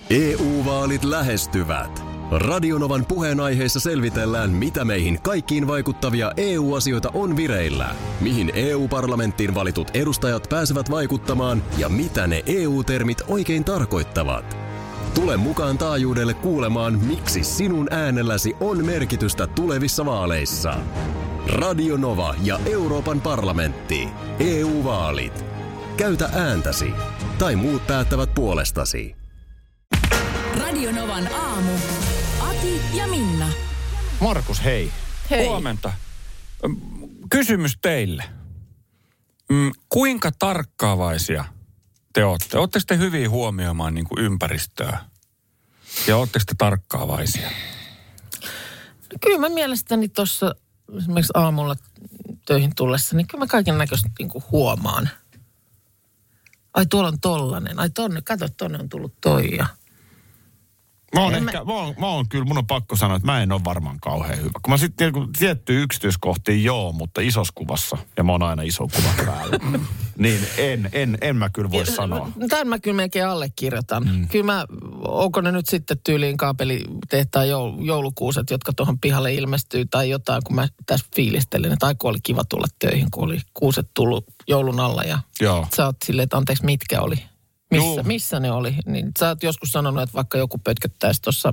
EU-vaalit lähestyvät. Radionovan puheenaiheessa selvitellään, mitä meihin kaikkiin vaikuttavia EU-asioita on vireillä, mihin EU-parlamenttiin valitut edustajat pääsevät vaikuttamaan ja mitä ne EU-termit oikein tarkoittavat. Tule mukaan taajuudelle kuulemaan, miksi sinun äänelläsi on merkitystä tulevissa vaaleissa. Radio Nova ja Euroopan parlamentti. EU-vaalit. Käytä ääntäsi. Tai muut päättävät puolestasi. Radio Novan aamu. Ati ja Minna. Markus, hei. Hei. Huomenta. Kysymys teille. Kuinka tarkkaavaisia te olette? Oletteko te hyviä huomioimaan niin kuin ympäristöä? Ja oletteko te tarkkaavaisia? No, kyllä mä mielestäni tuossa esimerkiksi aamulla töihin tullessa, niin kyllä mä kaiken näköistä niin kuin huomaan. Ai tuolla on tollanen. Ai tonne, kato tonne on tullut toi ja... Mun on pakko sanoa, että mä en ole varmaan kauhean hyvä. Kun mä sitten tiettyjä yksityiskohtia mutta isossa kuvassa, ja mä oon aina iso kuva päällä, niin en mä kyllä voi sanoa. Tämän mä kyllä melkein allekirjoitan. Kyllä onko ne nyt sitten tyyliin kaapelitehtaan joulukuuset, jotka tuohon pihalle ilmestyy tai jotain, kun mä tässä fiilistelin, että aika oli kiva tulla töihin, kun oli kuuset tullut joulun alla ja sä oot silleen, että anteeksi mitkä oli. Missä ne oli? Niin sä oot joskus sanonut, että vaikka joku pötköttäisi tuossa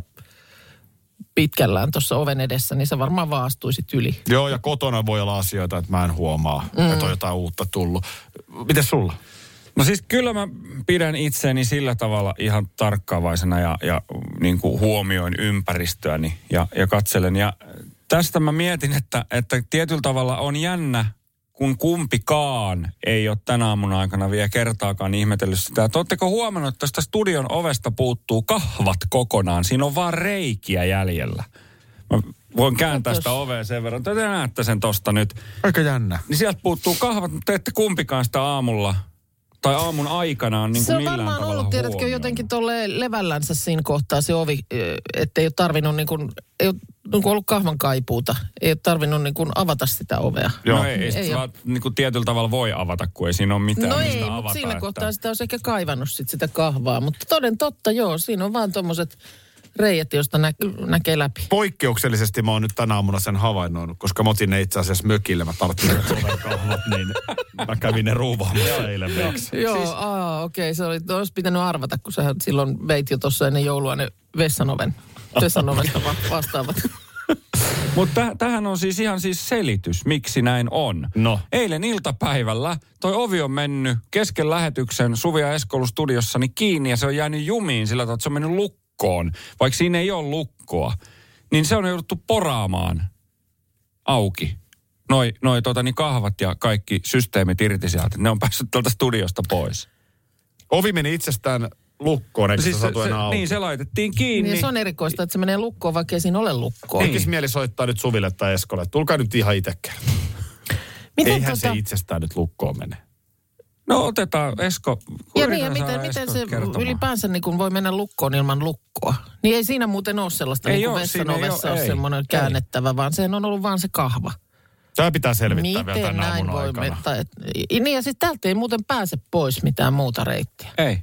pitkällään tuossa oven edessä, niin sä varmaan vaastuisit yli. Joo, ja kotona voi olla asioita, että mä en huomaa, että on jotain uutta tullut. Mites sulla? No siis kyllä mä pidän itseäni sillä tavalla ihan tarkkaavaisena ja niin kuin huomioin ympäristöäni ja katselen. Ja tästä mä mietin, että tietyllä tavalla on jännä, kun kumpikaan ei ole tänä aamun aikana vielä kertaakaan ihmetellyt sitä. Oletteko huomannut, että tästä studion ovesta puuttuu kahvat kokonaan? Siinä on vaan reikiä jäljellä. Mä voin kääntää sitä ovea sen verran. Te näette sen tosta nyt. Aika jännä. Niin sieltä puuttuu kahvat, mutta te ette kumpikaan sitä aamulla tai aamun aikana niin kuin millään tavalla Se on varmaan ollut, tiedätkö, jotenkin tolleen levällänsä siinä kohtaa se ovi, ettei ole tarvinnut niin kuin, ei ole ollut kahvan kaipuuta. Ei ole tarvinnut niin kuin avata sitä ovea. Joo, no, ei vaan niin kuin tietyllä tavalla voi avata, kun ei siinä ole mitään mistä avata. No ei, mutta siinä kohtaa sitä olisi ehkä kaivannut sitä kahvaa. Mutta toden totta, joo, siinä on vaan tommoset reijät, josta näkee läpi. Poikkeuksellisesti mä oon nyt tänä aamuna sen havainnoinut, koska mä otin ne itse asiassa mökille. Mä tarttin kahvat, niin mä kävin ne ruuvaamassa eilen veksi. Joo, okei. Se olisi pitänyt arvata, kun sä silloin veit jo tuossa ennen joulua ne vessanovesta vastaavat. Mutta tähän on siis ihan selitys, miksi näin on. No. Eilen iltapäivällä toi ovi on mennyt kesken lähetyksen Suvi ja Esko studiossani kiinni ja se on jäänyt jumiin sillä tavalla, että se on mennyt lukkoon. Vaikka siinä ei ole lukkoa, niin se on jouduttu poraamaan auki. Noi kahvat ja kaikki systeemit irti sieltä. Ne on päässyt tältä studiosta pois. Ovi meni itsestään lukkoon, eikö siis se satu enää auki? Niin, se laitettiin kiinni. Niin se on erikoista, että se menee lukkoon, vaikka ei siinä ole lukkoa. Tekis mieli soittaa nyt Suville tai Eskolle. Tulkaa nyt ihan itse kertomaan. Eihän se itsestään nyt lukkoon mene. No otetaan Esko. Ja niin, ja miten se ylipäänsä niin kun voi mennä lukkoon ilman lukkoa? Niin ei siinä muuten ole sellaista, niin kuin vessanovessa ole semmoinen käännettävä, vaan sehän on ollut vaan se kahva. Tämä pitää selvittää vielä tämän aamun aikana. Niin ja sitten täältä ei muuten pääse pois mitään muuta reittiä. Ei.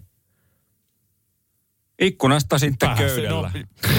Ikkunasta sitten köydellä.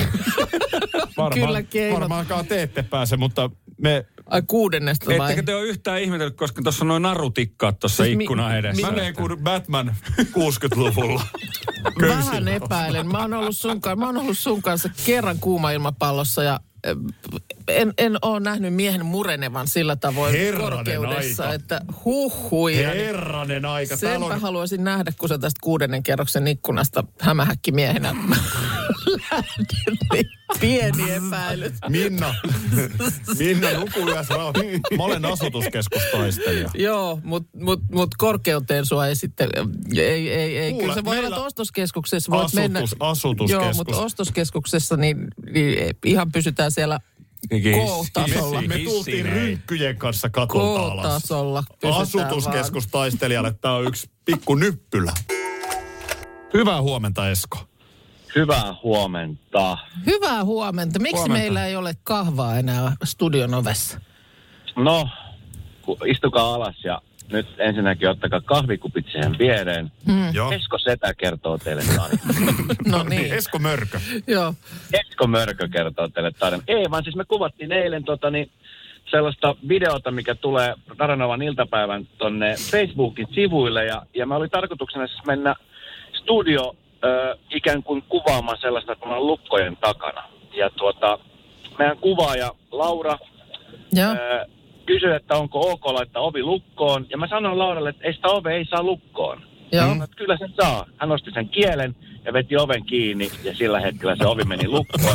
Varmaankaan te ette pääse, mutta me... Ai 6. vai? Ettekö te ole yhtään ihmetellyt, koska tuossa on noin narutikkaat tuossa ikkunan edessä. Menee kuin Batman 60-luvulla. Vähän epäilen. Mä oon ollut sun kanssa kerran kuuma-ilmapallossa ja en ole nähnyt miehen murenevan sillä tavoin korkeudessa, aika. Että huhhui. Herranen aika. Senpä haluaisin nähdä, kun sä tästä 6. kerroksen ikkunasta hämähäkkimiehenä lähdet, niin pieni epäilys. Minna nuku yössä mä olen asutuskeskustaistelija. Joo, mut korkeuteen sua ei sitten, ei. Kyllä se voi olla, että ostoskeskuksessa voit mennä. Asutuskeskus. Joo, mutta ostoskeskuksessa niin ihan pysytään siellä K-tasolla. Me tultiin rynkkyjen kanssa katolta alas. K-tasolla. Asutuskeskustaistelijalle tämä on yksi pikku nyppylä. Hyvää huomenta, Esko. Hyvää huomenta. Hyvää huomenta. Miksi meillä ei ole kahvaa enää studion ovessa? No, istukaa alas ja nyt ensinnäkin ottakaa kahvikupit siihen viereen. Joo. Esko Setä kertoo teille tarinan. No niin. Esko Mörkö. Joo. Esko Mörkö kertoo teille tarinan. Ei, vaan siis me kuvattiin eilen sellaista videota, mikä tulee Radionovan iltapäivän tonne Facebookin sivuille. Ja me oli tarkoituksena siis mennä studio ikään kuin kuvaamaan sellaista, kun on lukkojen takana. Ja meidän kuvaaja Laura kysyi, että onko ok laittaa ovi lukkoon. Ja mä sanoin Lauralle, että ei sitä ove ei saa lukkoon. Joo. Että kyllä sen saa. Hän nosti sen kielen ja veti oven kiinni ja sillä hetkellä se ovi meni lukkoon.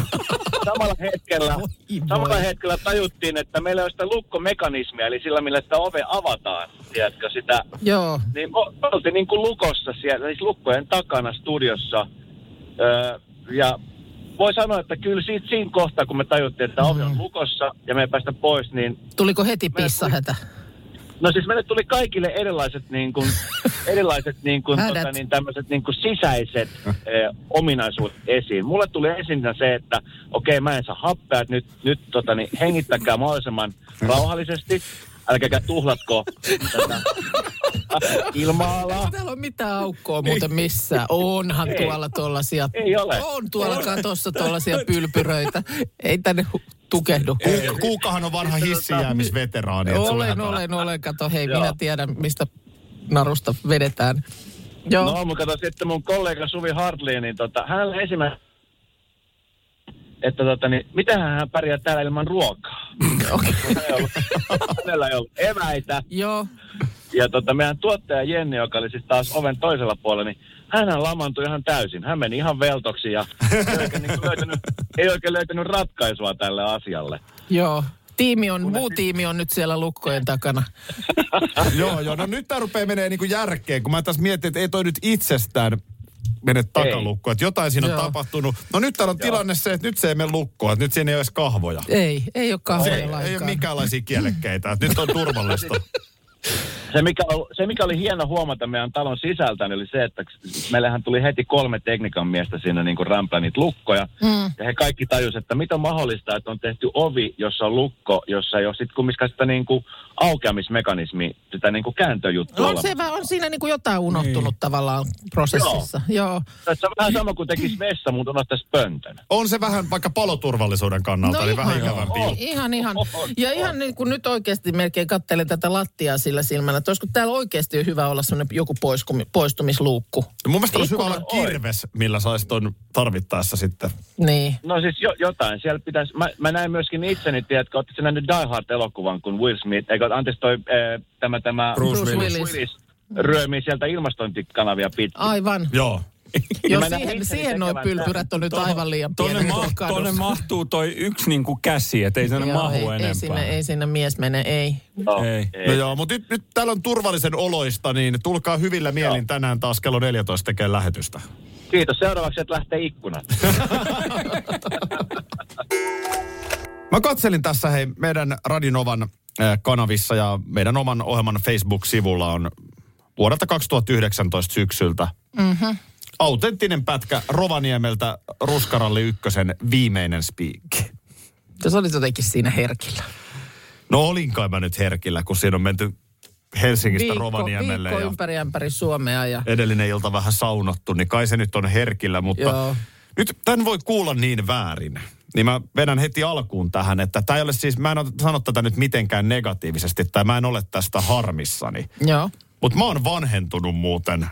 Samalla hetkellä tajuttiin, että meillä on sitä lukkomekanismia, eli sillä millä sitä ove avataan. Tiedätkö sitä? Joo. Niin me oltiin niin kuin lukossa siellä, siis lukkojen takana studiossa. Ja voi sanoa, että kyllä siinä kohtaa, kun me tajuttiin, että ovi on lukossa ja me ei päästä pois, niin... Tuliko heti pissahätä? No siis meille tuli kaikille erilaiset tämmöiset sisäiset ominaisuudet esiin. Mulle tuli esiin se, että okei, mä en saa happea, että nyt hengittäkää mahdollisimman rauhallisesti. Älkääkä tuhlatko tätä ilma-alaa. Ei täällä ole mitään aukkoa muuten missään. Onhan tuolla tollasia. Ei ole. On tuolla katossa tollasia pylpyröitä. Ei tänne tukehdu. Kuukahan on vanha hissijäämisveteraani. Olen. Kato, hei, minä tiedän, mistä narusta vedetään. Joo. No, mutta kato sitten mun kollega Suvi Hartley, niin hänellä ensimmäinen, että miten hän pärjää täällä ilman ruokaa. Okay. Hänellä ei ollut eväitä. Joo. Ja meidän tuottaja Jenni, joka oli siis taas oven toisella puolella, niin hänhän lamantui ihan täysin. Hän meni ihan veltoksi ja ei oikein löytänyt ratkaisua tälle asialle. Joo. Muu tiimi on nyt siellä lukkojen takana. Joo. No nyt tää rupeaa menee niinku järkeen, kun mä taas mietin, että ei toi nyt itsestään mene takalukkoon. Että jotain siinä on tapahtunut. No nyt täällä on tilanne se, että nyt se ei mene lukkoon. Että nyt siinä ei ole edes kahvoja. Ei ole kahvoja lainkaan. Ei ole minkäänlaisia kielekkeitä. Että nyt on turvallista. Se, mikä oli hieno huomata meidän talon sisältä, niin oli se, että meillähän tuli heti 3 tekniikan miestä siinä niin kuin rämplää niitä lukkoja. Ja he kaikki tajusivat, että mitä on mahdollista, että on tehty ovi, jossa on lukko, jossa ei ole sitten kumminkaan sitä niin kuin aukeamismekanismia, sitä niin kuin kääntöjuttua. On siinä niin kuin jotain unohtunut tavallaan prosessissa. Joo. Se on vähän sama kuin tekisi vessa, mutta unohtaisi pöntön. On se vähän vaikka paloturvallisuuden kannalta, niin vähän ikävämpi. Ihan. Ja ihan niin kuin nyt oikeasti melkein katselen tätä lattiaa sillä silmällä, että olisiko täällä oikeasti hyvä olla sellainen joku poistumisluukku. Mun mielestä olisi hyvä olla kirves, millä saisi ton tarvittaessa sitten. Niin. No siis jotain. Siellä pitäisi, mä näin myöskin itseni, tiedätkö, ootte nähnyt Die Hard-elokuvan, kun Will Smith, tämä Bruce Willis ryömii sieltä ilmastointikanavia pitkin. Aivan. Joo. Siihen noi pylpyrät on nyt aivan liian pieni. Tuonne mahtuu toi yksi niinku käsi, et ei sinne mahu enempää. Ei sinne mies mene, ei. No joo, mutta nyt täällä on turvallisen oloista, niin tulkaa hyvillä mielin tänään taas kello 14 tekee lähetystä. Kiitos. Seuraavaksi, että lähtee ikkunat. Mä katselin tässä meidän Radionovan kanavissa ja meidän oman ohjelman Facebook-sivulla on vuodelta 2019 syksyltä autenttinen pätkä Rovaniemeltä Ruskaralli 1 viimeinen spiikki. Sä olit jotenkin siinä herkillä. No olinkai mä nyt herkillä, kun siinä on menty Helsingistä Rovaniemelle. Viikko ympäri Suomea. Ja edellinen ilta vähän saunottu, niin kai se nyt on herkillä, mutta nyt tämän voi kuulla niin väärin. Niin mä vedän heti alkuun tähän, että tämä ei ole siis, mä en sano tätä nyt mitenkään negatiivisesti, tai mä en ole tästä harmissani. Joo. Mutta mä oon vanhentunut muuten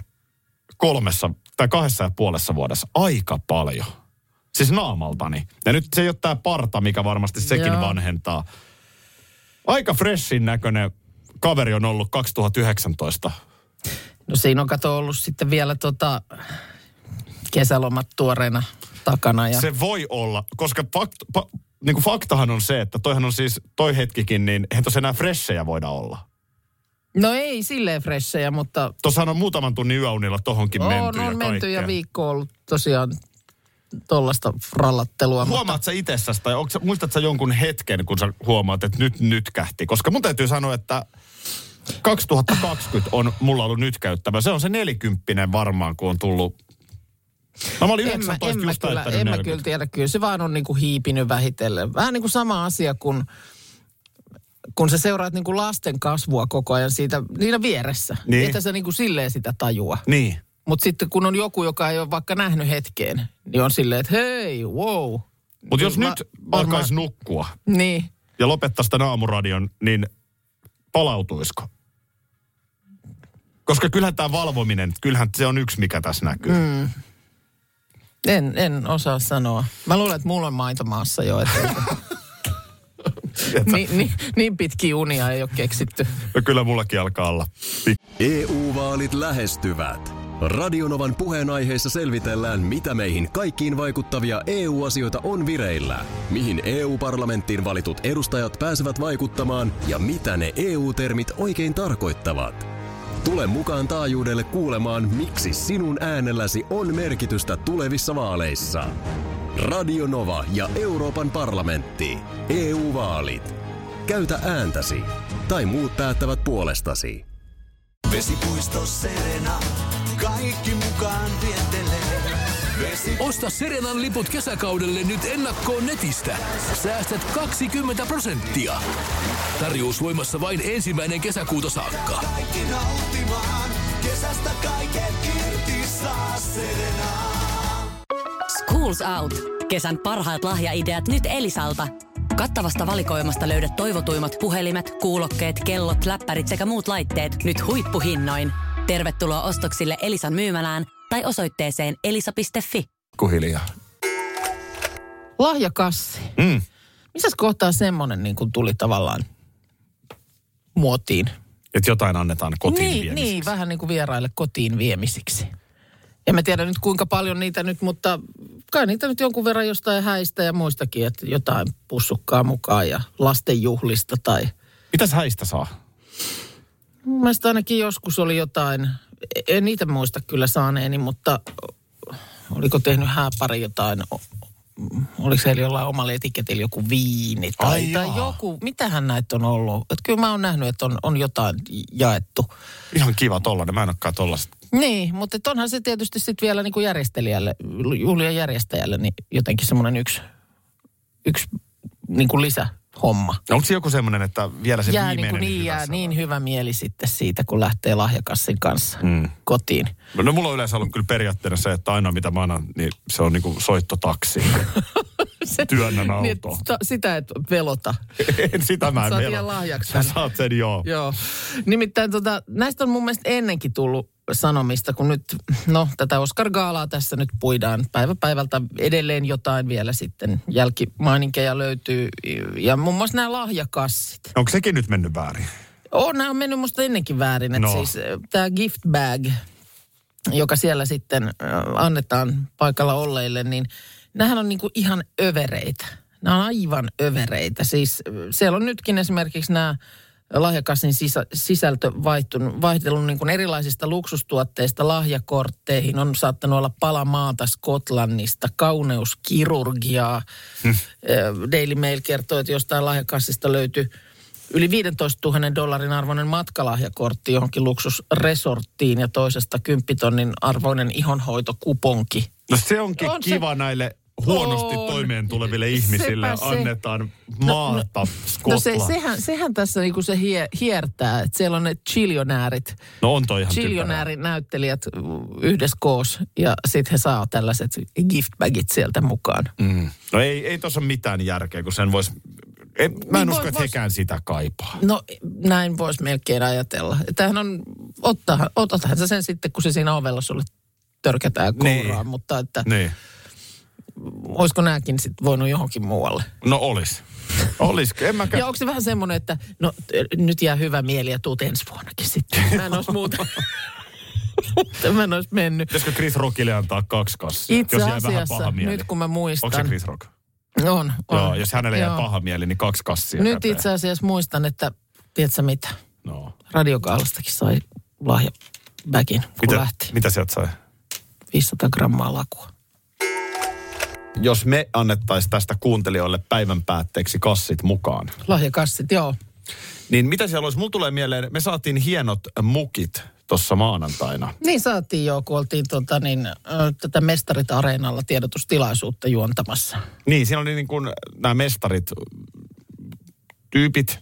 2,5 vuodessa aika paljon. Siis naamaltani. Ja nyt se ei ole tää parta, mikä varmasti sekin vanhentaa. Aika freshin näköinen kaveri on ollut 2019. No siinä on ollut sitten vielä kesälomat tuoreena takana. Ja se voi olla, koska faktahan on se, että toihan on siis toi hetkikin, niin eihän tuossa enää freshejä voida olla. No ei silleen freshejä, mutta tuossahan on muutaman tunnin yöunilla tohonkin menty ja on menty ja viikko ollut tosiaan tollaista rallattelua. Huomaat sä itsessäsi tai muistatko sä jonkun hetken, kun sä huomaat, että nyt kähti? Koska mun täytyy sanoa, että 2020 on mulla ollut nyt käyttävä. Se on se 40 varmaan, kun on tullut. No mä olin 19 just täyttänyt 40. En mä kyllä tiedä, kyllä se vaan on niinku hiipinyt vähitellen. Vähän niin kuin sama asia kuin kun sä seuraat niin kuin lasten kasvua koko ajan niillä vieressä, niin. että sä niin kuin silleen sitä tajua. Niin. Mutta sitten kun on joku, joka ei ole vaikka nähnyt hetkeen, niin on silleen, että hei, wow. Mutta jos nyt alkaisi nukkua niin. ja lopettaisi tämän aamuradion, niin palautuisiko? Koska kyllähän tämä valvominen, kyllähän se on yksi, mikä tässä näkyy. En osaa sanoa. Mä luulen, että mulla on maitomaassa jo. Niin pitkiä unia ei ole keksitty. Ja kyllä mullakin alkaa olla. EU-vaalit lähestyvät. Radionovan puheenaiheessa selvitellään, mitä meihin kaikkiin vaikuttavia EU-asioita on vireillä, mihin EU-parlamenttiin valitut edustajat pääsevät vaikuttamaan ja mitä ne EU-termit oikein tarkoittavat. Tule mukaan taajuudelle kuulemaan, miksi sinun äänelläsi on merkitystä tulevissa vaaleissa. Radio Nova ja Euroopan parlamentti. EU-vaalit. Käytä ääntäsi. Tai muut päättävät puolestasi. Vesipuisto Serena. Kaikki mukaan viettelee. Osta Serenan liput kesäkaudelle nyt ennakkoon netistä. Säästät 20%. Tarjous voimassa vain 1. kesäkuuta saakka. Kaikki nauttimaan. Kesästä kaiken irti saa Serena. Schools Out. Kesän parhaat lahjaideat nyt Elisalta. Kattavasta valikoimasta löydät toivotuimmat puhelimet, kuulokkeet, kellot, läppärit sekä muut laitteet nyt huippuhinnoin. Tervetuloa ostoksille Elisan myymälään tai osoitteeseen elisa.fi. Kuhiljaa. Lahjakassi. Missäs kohtaa semmoinen niin kuin tuli tavallaan muotiin? Että jotain annetaan kotiin viemisiksi. Niin, vähän niin kuin vieraille kotiin viemisiksi. En mä tiedä nyt kuinka paljon niitä nyt, mutta kai niitä nyt jonkun verran jostain häistä ja muistakin, että jotain pussukkaa mukaan ja lastenjuhlista tai... Mitäs häistä saa? Mun mielestä ainakin joskus oli jotain, en niitä muista kyllä saaneeni, mutta oliko tehnyt hääpari jotain, oliko heillä jollain omalla etiketillä joku viini tai joku, mitähän näitä on ollut. Että kyllä mä oon nähnyt, että on jotain jaettu. Ihan kiva tollainen, mä en olekaan tollaista. Niin, mutta onhan se tietysti sitten vielä niin kuin järjestelijälle, juhlien järjestäjälle, niin jotenkin semmoinen yksi niin kuin lisähomma. Onko se joku semmoinen, että vielä se jää viimeinen niin jää niin hyvä mieli sitten siitä, kun lähtee lahjakassin kanssa kotiin. No mulla on yleensä ollut kyllä periaatteena se, että ainoa mitä mä annan, niin se on niinku soittotaksi. Työnnän autoon. Niin, sitä et velota. Sitä mä en velota. Saat ihan lahjaksi. Sä saat sen, joo. Nimittäin näistä on mun mielestä ennenkin tullut sanomista, kun nyt, tätä Oscar-gaalaa tässä nyt puidaan päivä päivältä. Edelleen jotain vielä sitten jälkimaininkeja löytyy. Ja muun muassa nämä lahjakassit. Onko sekin nyt mennyt väärin? Nämä on mennyt musta ennenkin väärin. Että siis tämä gift bag, joka siellä sitten annetaan paikalla olleille, niin nämähän on niinku ihan övereitä. Nämä on aivan övereitä. Siis siellä on nytkin esimerkiksi nämä lahjakassin sisältö vaihdellut niin kuin erilaisista luksustuotteista lahjakortteihin. On saattanut olla pala maata Skotlannista, kauneuskirurgiaa. Daily Mail kertoo, että jostain lahjakassista löytyi yli $15,000 arvoinen matkalahjakortti johonkin luksusresorttiin ja toisesta 10 000 arvoinen ihonhoitokuponki. No se onkin kiva näille huonosti toimeen tuleville ihmisille annetaan maata Skotlantiin. Sehän tässä niinku se hiertää, että siellä on ne chiljonäärit. No on toi ihan chiljonäärinäyttelijät yhdessä koos ja sitten he saa tällaiset giftbagit sieltä mukaan. No ei tuossa mitään järkeä, kun sen voisi... Mä en usko, että hekään sitä kaipaa. No näin voisi melkein ajatella. Tämähän on, otathan sä sen sitten, kun se siinä ovella sulle törkätään kouraan, mutta että... Niin. Olisiko nääkin sitten voinut johonkin muualle? No olis. En mäkään. Ja onko se vähän semmoinen, että nyt jää hyvä mieli ja tuut ensi vuonnakin sitten. Mä en olisi muuta. Mä en olisi mennyt. Pitäisikö Chris Rockille antaa 2 kassia? Itse asiassa, nyt kun mä muistan. Onko se Chris Rock? On. Joo, jos hänelle jää paha mieli, niin 2 kassia. Nyt käteen. itse asiassa muistan, että tiedätkö mitä? No. Radiogaalastakin sai lahjabagin, kun lähti. Mitä sieltä sai? 500 grammaa lakua. Jos me annettaisiin tästä kuuntelijoille päivän päätteeksi kassit mukaan. Lahjakassit, joo. Niin mitä siellä olisi? Mulla tulee mieleen, me saatiin hienot mukit tuossa maanantaina. Niin saatiin jo, kun oltiin tätä Mestarit Areenalla tiedotustilaisuutta juontamassa. Niin, siinä oli niin kuin nämä mestarit, tyypit,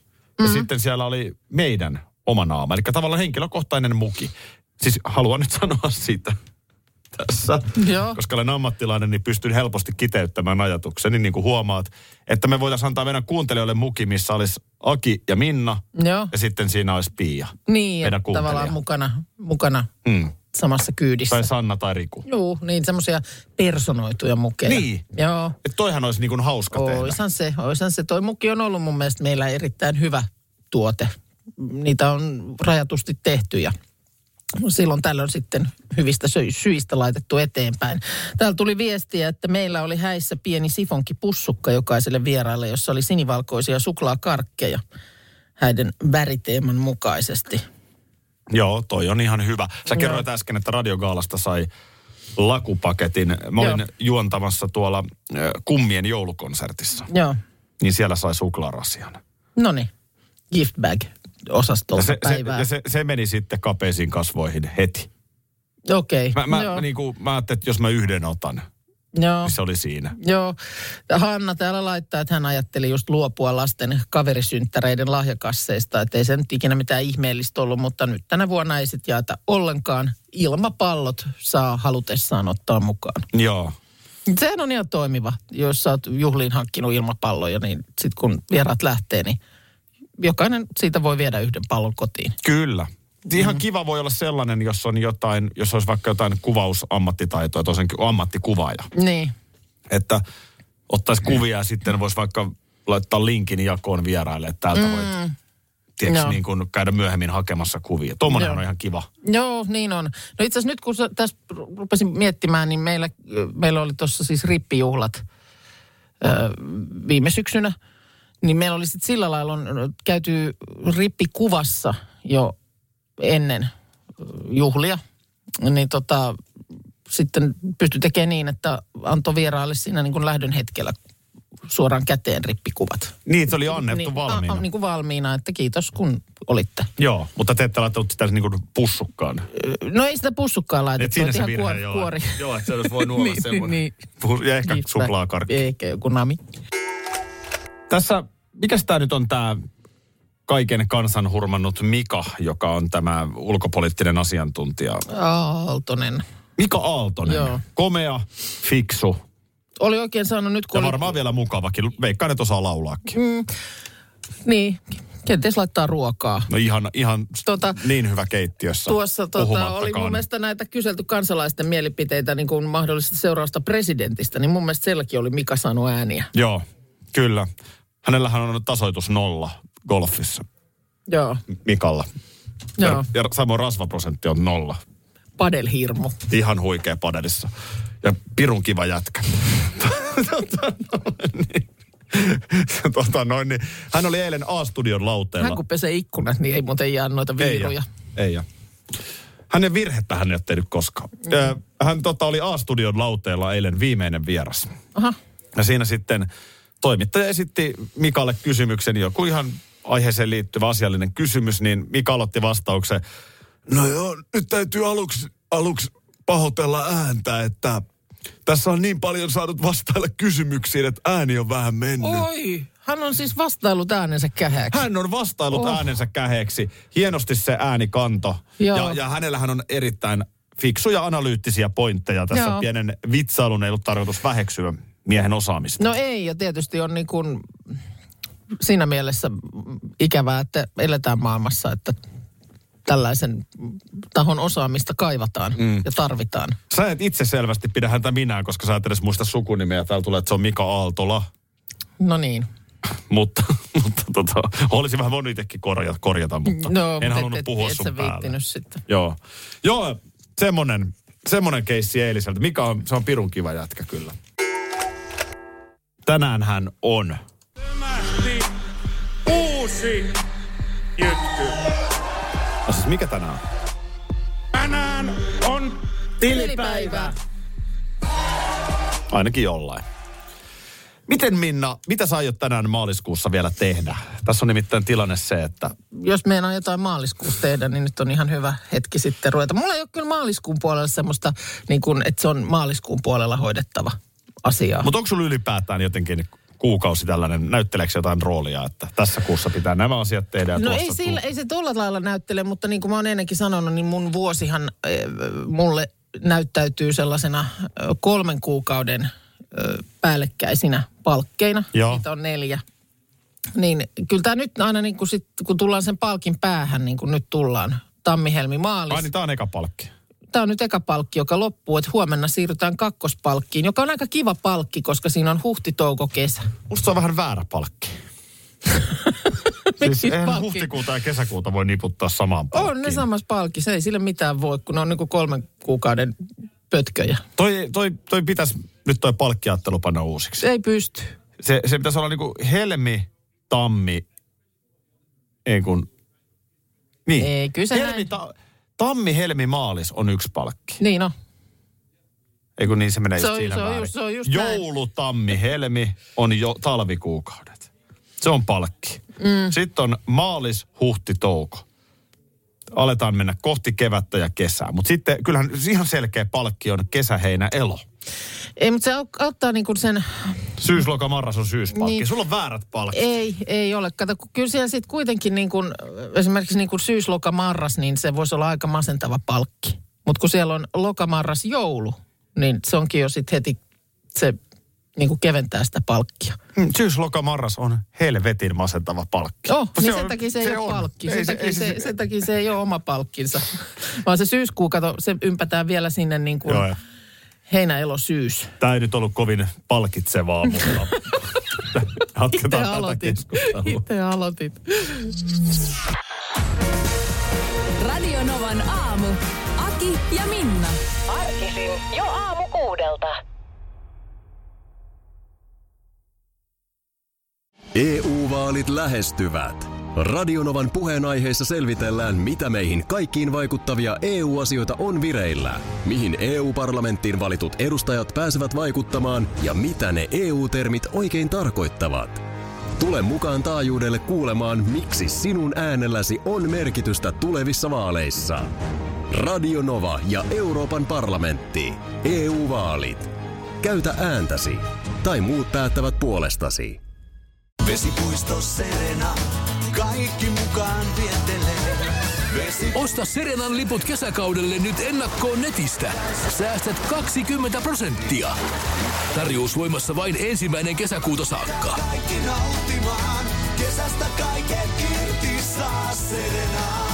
ja sitten siellä oli meidän oma naama. Eli tavallaan henkilökohtainen muki. Siis haluan nyt sanoa siitä tässä. Joo. Koska olen ammattilainen, niin pystyn helposti kiteyttämään ajatukseni, niin kuin huomaat. Että me voitaisiin antaa meidän kuuntelijoille muki, missä olisi Aki ja Minna. Joo. Ja sitten siinä olisi Pia. Niin, meidän tavallaan mukana samassa kyydissä. Tai Sanna tai Riku. Joo, niin semmoisia personoituja mukeja. Niin. Joo. Että toihan olisi niin kuin hauska tehdä. Oishan se. Toi muki on ollut mun mielestä meillä erittäin hyvä tuote. Niitä on rajatusti tehty ja silloin tällöin sitten hyvistä syistä laitettu eteenpäin. Täällä tuli viestiä, että meillä oli häissä pieni sifonkipussukka jokaiselle vieraalle, jossa oli sinivalkoisia suklaakarkkeja häiden väriteeman mukaisesti. Joo, toi on ihan hyvä. Sä kerroit äsken, että Radiogaalasta sai lakupaketin. Mä olin juontamassa tuolla Kummien joulukonsertissa. Joo. Niin siellä sai suklaarasian. Noniin, gift bag -osastolta päivää. Se meni sitten kapeisiin kasvoihin heti. Okei. Mä ajattelin, että jos mä yhden otan, Joo. niin se oli siinä. Joo. Hanna täällä laittaa, että hän ajatteli just luopua lasten kaverisynttäreiden lahjakasseista. Että ei se nyt ikinä mitään ihmeellistä ollut, mutta nyt tänä vuonna ei sit jaeta ollenkaan. Ilmapallot saa halutessaan ottaa mukaan. Joo. Sehän on ihan toimiva. Jos sä oot juhliin hankkinut ilmapalloja, niin sit kun vieraat lähtee, niin jokainen siitä voi viedä yhden pallon kotiin. Kyllä. Ihan kiva voi olla sellainen, jos on jotain, jos olisi vaikka jotain kuvausammattitaitoa, toisen ammattikuvaaja. Niin. Että ottaisi kuvia ja sitten voisi vaikka laittaa linkin jakoon vieraille, että täältä voit niin kuin käydä myöhemmin hakemassa kuvia. Tuommoinen on ihan kiva. Joo, niin on. No itse asiassa nyt kun tässä rupesin miettimään, niin meillä oli tuossa siis rippijuhlat viime syksynä. Niin meillä oli sitten sillä lailla käyty rippikuvassa jo ennen juhlia. Niin sitten pystyi tekemään niin, että antoi vieraalle siinä niin kuin lähdön hetkellä suoraan käteen rippikuvat. Niin, se oli annettu valmiina. Niin kuin valmiina, että kiitos kun olitte. Joo, mutta te ette laittanut sitä niin kuin pussukkaan. No ei sitä pussukkaan laitettu. Siinä se virhe kuori. Joo, että se olisi voinut olla semmoinen. Niin. Ja ehkä suklaakarkki. Ehkä joku nami. Tässä, mikäs tämä nyt on tämä kaiken kansan hurmannut Mika, joka on tämä ulkopoliittinen asiantuntija? Aaltonen. Mika Aaltonen. Joo. Komea, fiksu. Oli oikein saanut nyt, kun ja varmaan vielä mukavakin. Veikkaan, että osaa laulaakin. Niin, kenties laittaa ruokaa. No ihan niin hyvä keittiössä. Tuossa oli mun mielestä näitä kyselty kansalaisten mielipiteitä niin kuin mahdollisesta seuraavasta presidentistä, niin mun mielestä sielläkin oli Mika saanut ääniä. Joo, kyllä. Hänellähän on tasoitus 0 golfissa. Joo. Mikalla. Joo. Ja samoin rasvaprosentti on 0. Padelhirmu. Ihan huikea padelissa. Ja pirun kiva jätkä. Niin. Hän oli eilen A-studion lauteella. Hän kun pesee ikkunat, niin ei muuten jää noita viiruja. Ei. Hänen virhettä hän ei ole tehnyt koskaan. Hän oli A-studion lauteella eilen viimeinen vieras. Aha. Ja siinä sitten toimittaja esitti Mikalle kysymyksen, joku ihan aiheeseen liittyvä asiallinen kysymys, niin Mika aloitti vastauksen. No joo, nyt täytyy aluksi pahoitella ääntä, että tässä on niin paljon saanut vastailla kysymyksiin, että ääni on vähän mennyt. Oi, hän on siis vastaillut äänensä käheeksi. Hän on vastaillut äänensä käheeksi. Hienosti se äänikanto. Ja hänellähän on erittäin fiksuja analyyttisiä pointteja. Tässä pienen vitsailun ei ollut tarkoitus väheksyä miehen osaamista. No ei, ja tietysti on niin kuin siinä mielessä ikävää, että eletään maailmassa, että tällaisen tahon osaamista kaivataan ja tarvitaan. Sä et itse selvästi pidä häntä minään, koska sä et edes muista sukunimeä. Täällä tulee, että se on Mika Aaltola. No niin. mutta olisi vähän voinut itsekin korjata, mutta en halunnut puhua sun päälle. Sitten. Joo, semmonen keissi eiliseltä. Se on pirun kiva jätkä kyllä. Tänään hän on uusi jytky. No siis mikä tänään on? Tänään on tilipäivä. Ainakin jollain. Miten Minna, mitä sä aiot tänään maaliskuussa vielä tehdä? Tässä on nimittäin tilanne se, että jos meinaa jotain maaliskuussa tehdä, niin nyt on ihan hyvä hetki sitten ruveta. Mulla ei ole kyllä maaliskuun puolella semmoista, niin kuin, että se on maaliskuun puolella hoidettava asiaa. Mutta onko sulla ylipäätään jotenkin kuukausi tällainen, näytteleekö jotain roolia, että tässä kuussa pitää nämä asiat tehdä? No ei se tuolla lailla näyttele, mutta niin kuin mä oon ennenkin sanonut, niin mun vuosihan mulle näyttäytyy sellaisena 3 kuukauden päällekkäisinä palkkeina. Joo. Niitä on 4. Niin kyllä tämä nyt aina niin kuin sit, kun tullaan sen palkin päähän, niin kuin nyt tullaan tammi-helmi-maalis. Ai niin tämä on eka palkki. Tämä on nyt eka palkki, joka loppuu, että huomenna siirrytään kakkospalkkiin, joka on aika kiva palkki, koska siinä on huhti, touko, kesä. Musta se on vähän väärä palkki. Siis eihän huhtikuuta ja kesäkuuta voi niputtaa samaan palkkiin. On ne samassa palkissa, ei sille mitään voi, kun ne on niin kuin 3 kuukauden pötköjä. Toi pitäisi nyt toi palkkiajattelu panna uusiksi. Ei pysty. Se pitäisi olla niinku helmi, tammi, ei kun... Niin. Ei, kyllä se näin. Tammi, helmi, maalis on 1 palkki. Niin on. Ei kun niin se menee just siinä väärin. Se on just joulu, tammi, helmi on jo talvikuukaudet. Se on palkki. Sitten on maalis, huhti, touko. Aletaan mennä kohti kevättä ja kesää. Mutta sitten kyllähän ihan selkeä palkki on kesä, heinä, elo. Ei, mutta se auttaa niin kuin sen... Syysloka, marras on syyspalkki. Niin. Sulla on väärät palkit. Ei ole. Kato, kyllä siellä sitten kuitenkin niin kuin, esimerkiksi niin kuin syysloka, marras, niin se voisi olla aika masentava palkki. Mutta kun siellä on loka, marras, joulu, niin se onkin jo sitten heti, se niin kuin keventää sitä palkkia. Syysloka, marras on helvetin masentava palkki. Niin sen takia se ei ole palkki. Sen takia se ei ole oma palkkinsa. Vaan se syyskuu, kato, se ympätään vielä sinne niin kuin... Joo. Heinä-elo-syys. Tämä ei nyt ollut kovin palkitsevaa, mutta jatketaan tätä keskustelua. Itse aloitit. Radio Novan aamu. Aki ja Minna. Arkisin jo 6:00. EU-vaalit lähestyvät. Radionovan puheenaiheessa selvitellään, mitä meihin kaikkiin vaikuttavia EU-asioita on vireillä, mihin EU-parlamenttiin valitut edustajat pääsevät vaikuttamaan ja mitä ne EU-termit oikein tarkoittavat. Tule mukaan taajuudelle kuulemaan, miksi sinun äänelläsi on merkitystä tulevissa vaaleissa. Radio Nova ja Euroopan parlamentti. EU-vaalit. Käytä ääntäsi. Tai muut päättävät puolestasi. Vesipuisto Serena. Kaikki mukaan viettelee. Osta Serenan liput kesäkaudelle nyt ennakkoon netistä. Säästät 20%. Tarjous voimassa vain 1. kesäkuuta saakka. Kaikki nauttimaan. Kesästä kaiken irti saa Serena.